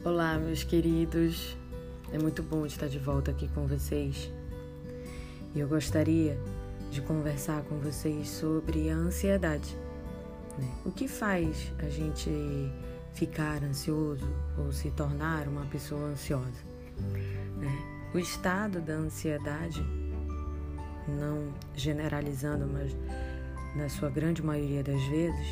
Olá, meus queridos. É muito bom estar de volta aqui com vocês. E eu gostaria de conversar com vocês sobre a ansiedade, né? O que faz a gente ficar ansioso ou se tornar uma pessoa ansiosa, né? O estado da ansiedade, não generalizando, mas na sua grande maioria das vezes,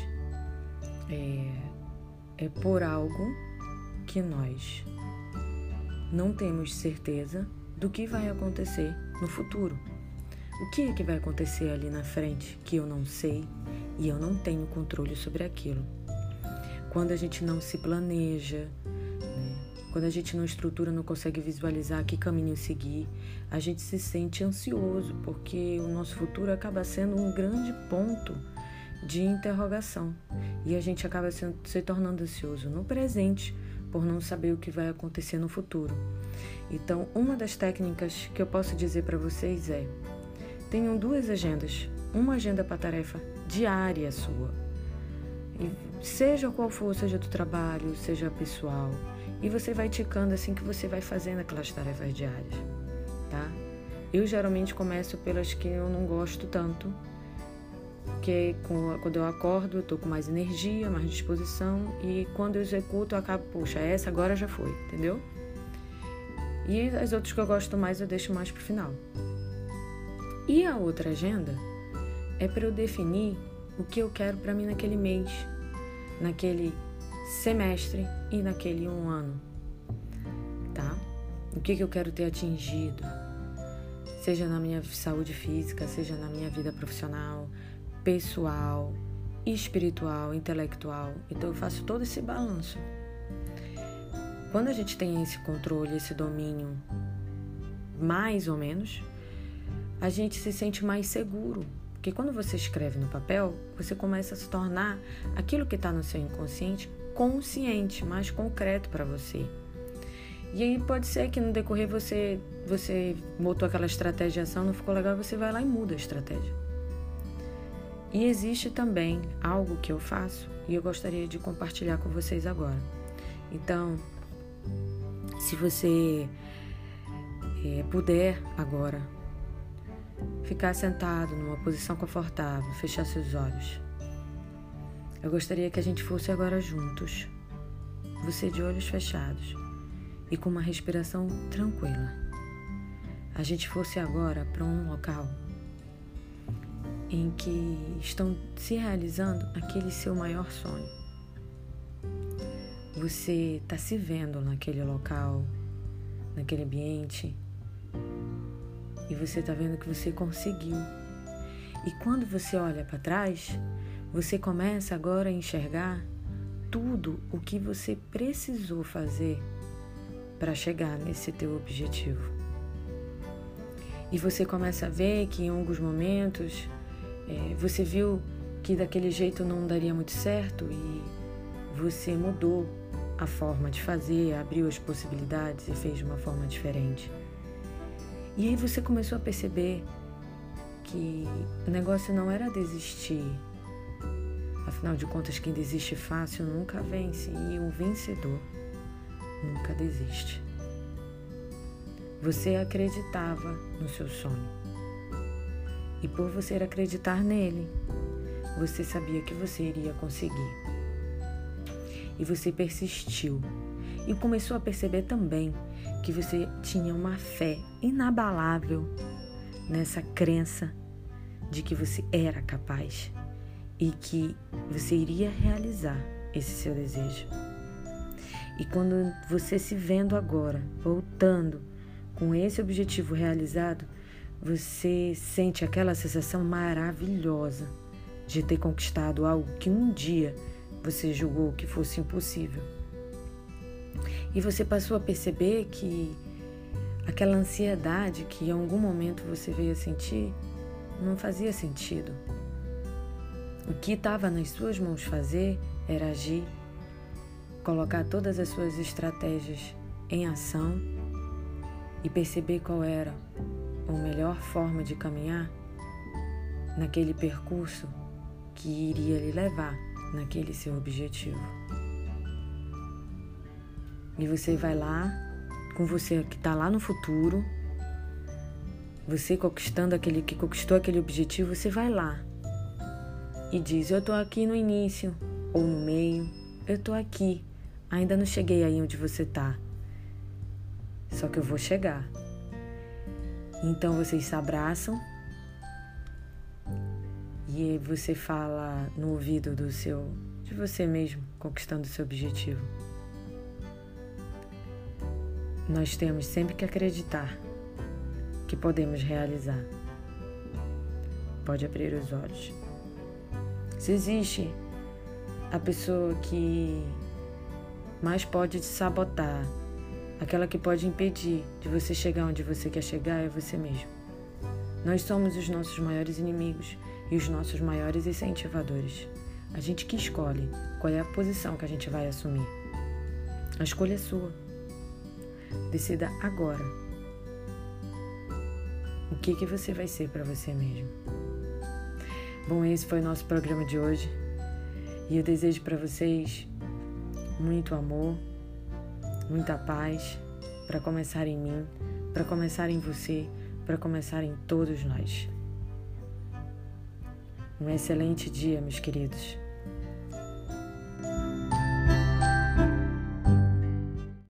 é por algo que nós não temos certeza do que vai acontecer no futuro. O que é que vai acontecer ali na frente que eu não sei e eu não tenho controle sobre aquilo. Quando a gente não se planeja, né? Quando a gente não estrutura, não consegue visualizar que caminho seguir, a gente se sente ansioso, porque o nosso futuro acaba sendo um grande ponto de interrogação e a gente acaba se tornando ansioso no presente por não saber o que vai acontecer no futuro. Então, uma das técnicas que eu posso dizer para vocês é: tenham 2 agendas, uma agenda para a tarefa diária sua, e seja qual for, seja do trabalho, seja pessoal, e você vai ticando assim que você vai fazendo aquelas tarefas diárias, tá? Eu geralmente começo pelas que eu não gosto tanto, porque quando eu acordo eu tô com mais energia, mais disposição, e quando eu executo eu acabo, poxa, essa agora já foi, entendeu? E as outras que eu gosto mais eu deixo mais pro final. E a outra agenda é para eu definir o que eu quero para mim naquele mês, naquele semestre e naquele 1 ano, tá? O que eu quero ter atingido, seja na minha saúde física, seja na minha vida profissional, pessoal, espiritual, intelectual. Então eu faço todo esse balanço. Quando a gente tem esse controle, esse domínio, mais ou menos, a gente se sente mais seguro. Porque quando você escreve no papel, você começa a se tornar aquilo que está no seu inconsciente consciente, mais concreto para você. E aí pode ser que no decorrer você botou aquela estratégia de ação, não ficou legal, você vai lá e muda a estratégia. E existe também algo que eu faço e eu gostaria de compartilhar com vocês agora. Então, se você puder agora ficar sentado numa posição confortável, fechar seus olhos, eu gostaria que a gente fosse agora juntos, você de olhos fechados e com uma respiração tranquila. A gente fosse agora para um local em que estão se realizando aquele seu maior sonho. Você está se vendo naquele local, naquele ambiente, e você está vendo que você conseguiu. E quando você olha para trás, você começa agora a enxergar tudo o que você precisou fazer para chegar nesse teu objetivo. E você começa a ver que em alguns momentos você viu que daquele jeito não daria muito certo e você mudou a forma de fazer, abriu as possibilidades e fez de uma forma diferente. E aí você começou a perceber que o negócio não era desistir. Afinal de contas, quem desiste fácil nunca vence, e um vencedor nunca desiste. Você acreditava no seu sonho. E por você acreditar nele, você sabia que você iria conseguir. E você persistiu. E começou a perceber também que você tinha uma fé inabalável nessa crença de que você era capaz e que você iria realizar esse seu desejo. E quando você se vendo agora, voltando com esse objetivo realizado, você sente aquela sensação maravilhosa de ter conquistado algo que um dia você julgou que fosse impossível. E você passou a perceber que aquela ansiedade que em algum momento você veio a sentir não fazia sentido. O que estava nas suas mãos fazer era agir, colocar todas as suas estratégias em ação e perceber qual era a melhor forma de caminhar naquele percurso que iria lhe levar naquele seu objetivo. E você vai lá, com você que está lá no futuro, você conquistando aquele que conquistou aquele objetivo, você vai lá e diz: eu estou aqui no início ou no meio, eu estou aqui, ainda não cheguei aí onde você está, só que eu vou chegar. Então vocês se abraçam e você fala no ouvido de você mesmo, conquistando o seu objetivo: nós temos sempre que acreditar que podemos realizar. Pode abrir os olhos. Se existe a pessoa que mais pode te sabotar, aquela que pode impedir de você chegar onde você quer chegar, é você mesmo. Nós somos os nossos maiores inimigos e os nossos maiores incentivadores. A gente que escolhe qual é a posição que a gente vai assumir. A escolha é sua. Decida agora o que você vai ser para você mesmo. Bom, esse foi o nosso programa de hoje e eu desejo para vocês muito amor, muita paz para começar em mim, para começar em você, para começar em todos nós. Um excelente dia, meus queridos.